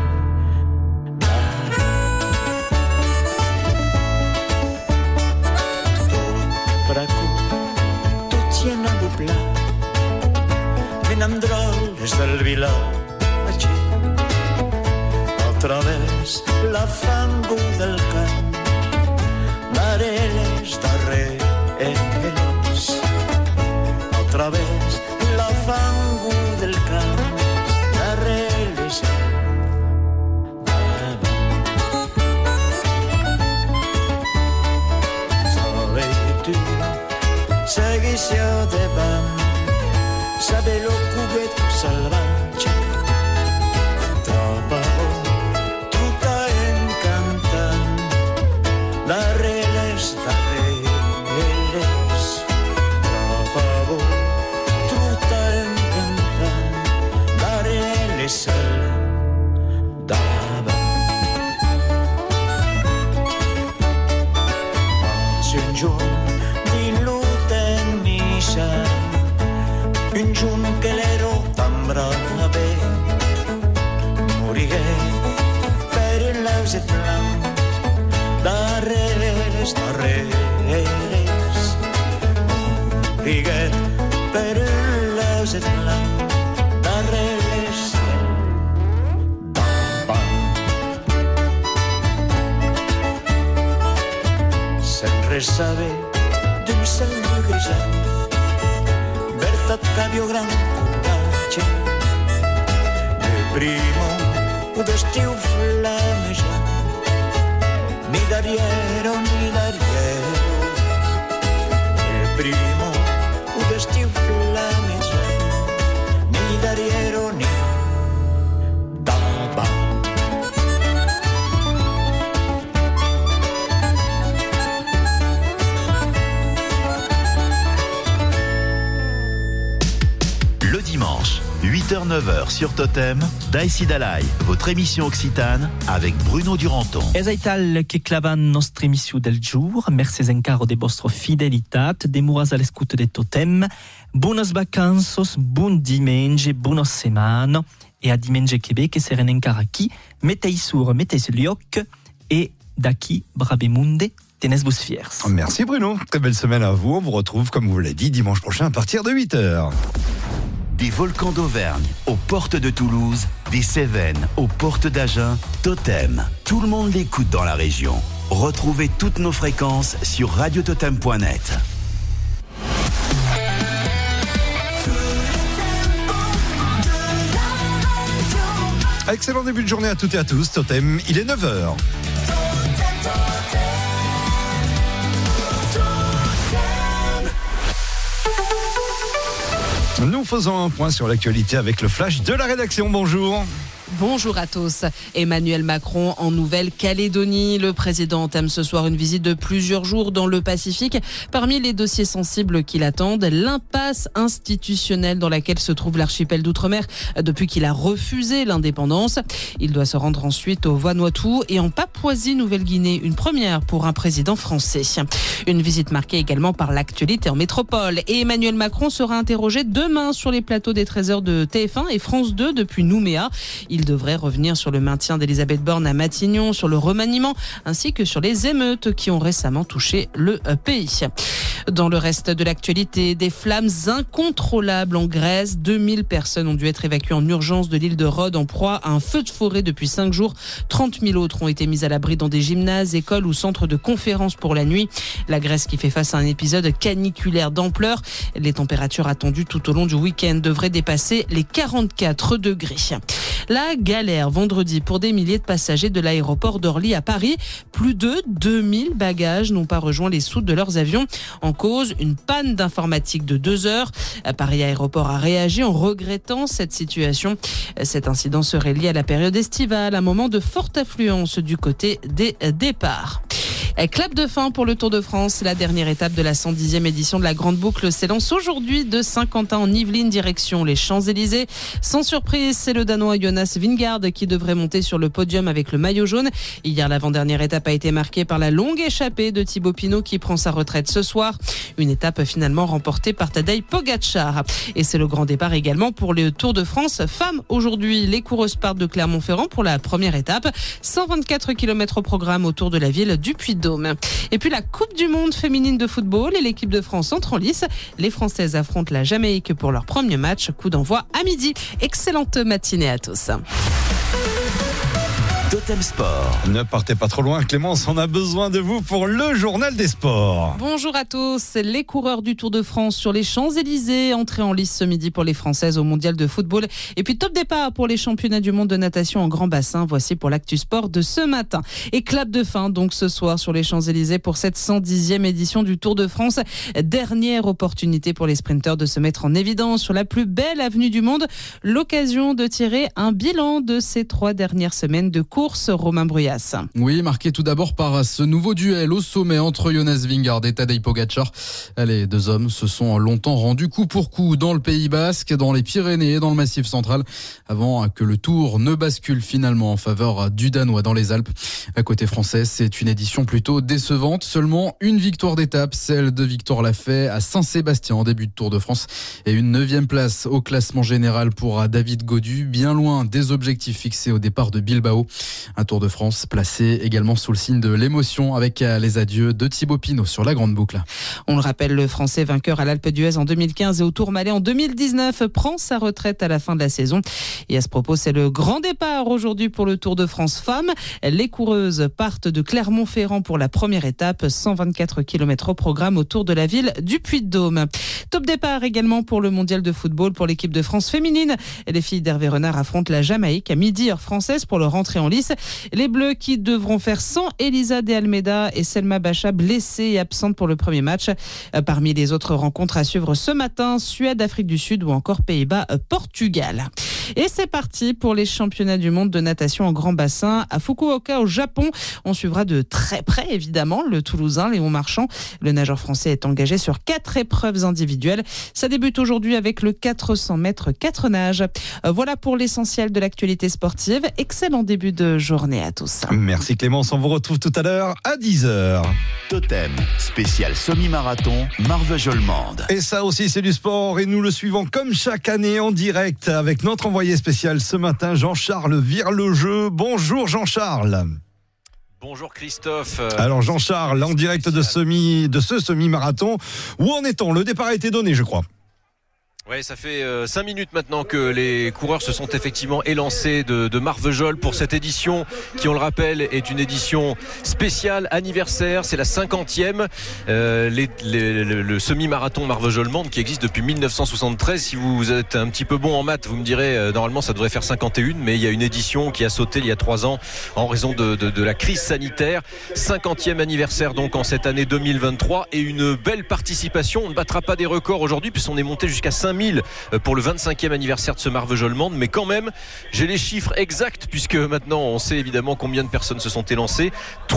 tot braco tot llena de pla Androles del vilatge a través la fango del camp d'areles darreres a través la fango del camp d'areles sabe tu seguició de bam sabe lo cubeto salvaje troppo tutta encantant darreles troppo tutta encantant darreles dava un giorno di luten misa un giorno che l'ero tan brave morigué per il lauset blanc darreres morigué per il lauset blanc darreres se'n res sabe d'un cel grisant Berta Cabio gran coratge de primo d'estiu flamejant ni ni d'ariero. Il primo d'estiu flamejant, ni d'ariero ni d'aba. Le dimanche, 8h-9h sur Totem, Daïsi Dalai, votre émission occitane avec Bruno Duranton. Esaital che clavan nostra émission del jour. Merci encaro de vostra fidelitat. Demuras à l'écoute de Totem. Buonas vacances, bon dimanche, buona settimana. E a dimanche che seren encara qui. Mettez sur, mettez lioc. Et daqui, brabemunde. Tenez-vous fiers. Merci Bruno. Très belle semaine à vous. On vous retrouve, comme vous l'avez dit, dimanche prochain à partir de 8h. Des volcans d'Auvergne aux portes de Toulouse, des Cévennes aux portes d'Agen, Totem. Tout le monde l'écoute dans la région. Retrouvez toutes nos fréquences sur radiototem.net. Excellent début de journée à toutes et à tous. Totem, il est 9h. Nous faisons un point sur l'actualité avec le flash de la rédaction. Bonjour. Bonjour à tous. Emmanuel Macron en Nouvelle-Calédonie. Le président entame ce soir une visite de plusieurs jours dans le Pacifique. Parmi les dossiers sensibles qui l'attendent, l'impasse institutionnelle dans laquelle se trouve l'archipel d'Outre-mer depuis qu'il a refusé l'indépendance. Il doit se rendre ensuite au Vanuatu et en Papouasie-Nouvelle-Guinée, une première pour un président français. Une visite marquée également par l'actualité en métropole. Et Emmanuel Macron sera interrogé demain sur les plateaux des 13h de TF1 et France 2 depuis Nouméa. Il devrait revenir sur le maintien d'Elisabeth Borne à Matignon, sur le remaniement, ainsi que sur les émeutes qui ont récemment touché le pays. Dans le reste de l'actualité, des flammes incontrôlables en Grèce. 2000 personnes ont dû être évacuées en urgence de l'île de Rhodes en proie à un feu de forêt depuis 5 jours. 30 000 autres ont été mises à l'abri dans des gymnases, écoles ou centres de conférences pour la nuit. La Grèce qui fait face à un épisode caniculaire d'ampleur. Les températures attendues tout au long du week-end devraient dépasser les 44 degrés. La galère vendredi pour des milliers de passagers de l'aéroport d'Orly à Paris. Plus de 2000 bagages n'ont pas rejoint les soutes de leurs avions. En cause, une panne d'informatique de 2 heures. Paris Aéroport a réagi en regrettant cette situation. Cet incident serait lié à la période estivale, un moment de forte affluence du côté des départs. Clap de fin pour le Tour de France. La dernière étape de la 110e édition de la Grande Boucle s'élance aujourd'hui de Saint-Quentin en Yvelines, direction les Champs-Élysées. Sans surprise, c'est le Danois Jonas Vingegaard qui devrait monter sur le podium avec le maillot jaune. Hier, l'avant-dernière étape a été marquée par la longue échappée de Thibaut Pinot qui prend sa retraite ce soir. Une étape finalement remportée par Tadej Pogačar. Et c'est le grand départ également pour le Tour de France femmes. Aujourd'hui, les coureuses partent de Clermont-Ferrand pour la première étape. 124 km au programme autour de la ville du Puy-de-Dôme. Et puis la Coupe du Monde féminine de football et l'équipe de France entre en lice. Les Françaises affrontent la Jamaïque pour leur premier match. Coup d'envoi à midi. Excellente matinée à tous. Totem Sport. Ne partez pas trop loin, Clémence, on a besoin de vous pour le journal des sports. Bonjour à tous. Les coureurs du Tour de France sur les Champs-Élysées, entrés en lice ce midi pour les Françaises au Mondial de football. Et puis top départ pour les championnats du monde de natation en grand bassin. Voici pour l'actu sport de ce matin. Et clap de fin donc ce soir sur les Champs-Élysées pour cette 110e édition du Tour de France. Dernière opportunité pour les sprinteurs de se mettre en évidence sur la plus belle avenue du monde. L'occasion de tirer un bilan de ces 3 dernières semaines de course. Romain Bruyas. Oui, marqué tout d'abord par ce nouveau duel au sommet entre Jonas Vingegaard et Tadej Pogačar. Les deux hommes se sont longtemps rendus coup pour coup dans le Pays Basque, dans les Pyrénées et dans le Massif central, avant que le Tour ne bascule finalement en faveur du Danois dans les Alpes. À côté français, c'est une édition plutôt décevante. Seulement une victoire d'étape, celle de Victor Lafay à Saint-Sébastien en début de Tour de France, et une 9e place au classement général pour David Gaudu, bien loin des objectifs fixés au départ de Bilbao. Un Tour de France placé également sous le signe de l'émotion avec les adieux de Thibaut Pinot sur la Grande Boucle. On le rappelle, le Français vainqueur à l'Alpe d'Huez en 2015 et au Tourmalet en 2019 prend sa retraite à la fin de la saison. Et à ce propos, c'est le grand départ aujourd'hui pour le Tour de France femmes. Les coureuses partent de Clermont-Ferrand pour la première étape, 124 km au programme autour de la ville du Puy-de-Dôme. Top départ également pour le mondial de football pour l'équipe de France féminine. Les filles d'Hervé Renard affrontent la Jamaïque à midi heure française pour leur entrée en lice police. Les Bleus qui devront faire sans Elisa De Almeida et Selma Bacha, blessées et absentes pour le premier match. Parmi les autres rencontres à suivre ce matin, Suède, Afrique du Sud ou encore Pays-Bas, Portugal. Et c'est parti pour les championnats du monde de natation en grand bassin à Fukuoka au Japon. On suivra de très près évidemment le Toulousain Léon Marchand. Le nageur français est engagé sur 4 épreuves individuelles. Ça débute aujourd'hui avec le 400 mètres 4 nages. Voilà pour l'essentiel de l'actualité sportive. Excellent début de journée à tous. Merci Clémence, on vous retrouve tout à l'heure à 10h. Totem, spécial semi-marathon, Marvejols-Mende. Et ça aussi c'est du sport et nous le suivons comme chaque année en direct avec notre envoyé spécial ce matin, Jean-Charles Virlejeu. Bonjour Jean-Charles. Bonjour Christophe. Alors Jean-Charles, en direct de ce semi-marathon, où en est-on ? Le départ a été donné, je crois. Ouais, ça fait 5 minutes maintenant que les coureurs se sont effectivement élancés de Marvejols pour cette édition qui, on le rappelle, est une édition spéciale anniversaire. C'est la 50e. Le semi-marathon Marvejols-Mende qui existe depuis 1973. Si vous êtes un petit peu bon en maths, vous me direz, normalement ça devrait faire 51, mais il y a une édition qui a sauté il y a 3 ans en raison de la crise sanitaire. 50e anniversaire donc en cette année 2023 et une belle participation. On ne battra pas des records aujourd'hui puisqu'on est monté jusqu'à 5000 pour le 25e anniversaire de ce Marvejols-Mende, mais quand même j'ai les chiffres exacts puisque maintenant on sait évidemment combien de personnes se sont élancées.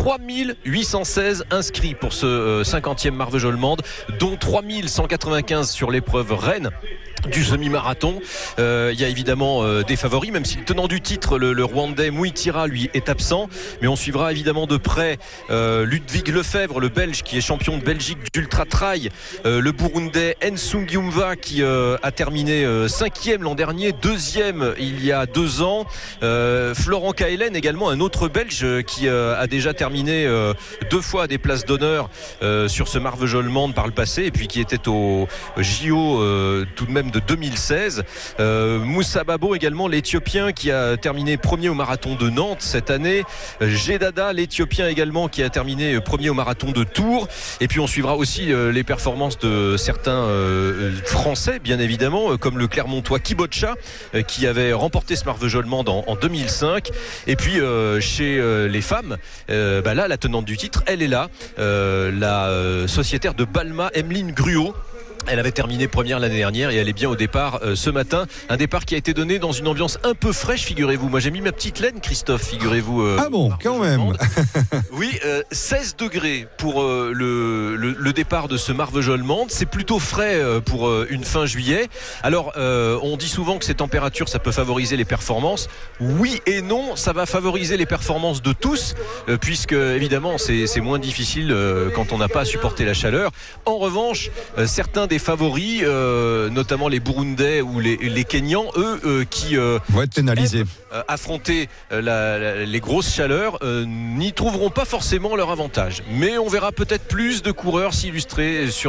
3816 inscrits pour ce 50e Marvejols-Mende, dont 3195 sur l'épreuve reine du semi-marathon. Il y a évidemment des favoris, même si le tenant du titre, le Rwandais Muitira, lui est absent, mais on suivra évidemment de près Ludwig Lefebvre, le Belge qui est champion de Belgique d'Ultra Trail, le Burundais Nsungiumva qui a terminé 5e l'an dernier, 2e il y a 2 ans, Florent Kaelen également, un autre Belge qui a déjà terminé 2 fois à des places d'honneur sur ce Marvejols-Mende par le passé, et puis qui était au JO tout de même de 2016. Moussa Babo également, l'Éthiopien qui a terminé premier au marathon de Nantes cette année. Jedada, l'Éthiopien également qui a terminé premier au marathon de Tours. Et puis on suivra aussi les performances de certains Français bien évidemment, comme le Clermontois Kibocha qui avait remporté ce Marvejols-Mende en 2005. Et puis chez les femmes, là la tenante du titre, elle est là, la sociétaire de Balma, Emeline Gruot. Elle avait terminé première l'année dernière et elle est bien au départ ce matin. Un départ qui a été donné dans une ambiance un peu fraîche, figurez-vous. Moi j'ai mis ma petite laine, Christophe, figurez-vous. Ah bon, quand même. Oui, 16 degrés pour le départ de ce Marvejols-Mende. C'est plutôt frais pour une fin juillet. Alors on dit souvent que ces températures ça peut favoriser les performances. Oui et non, ça va favoriser les performances de tous puisque évidemment c'est moins difficile quand on n'a pas à supporter la chaleur. En revanche, certains des favoris, notamment les Burundais ou les Kenyans, eux qui vont être pénalisés. Affronter les grosses chaleurs, n'y trouveront pas forcément leur avantage. Mais on verra peut-être plus de coureurs s'illustrer sur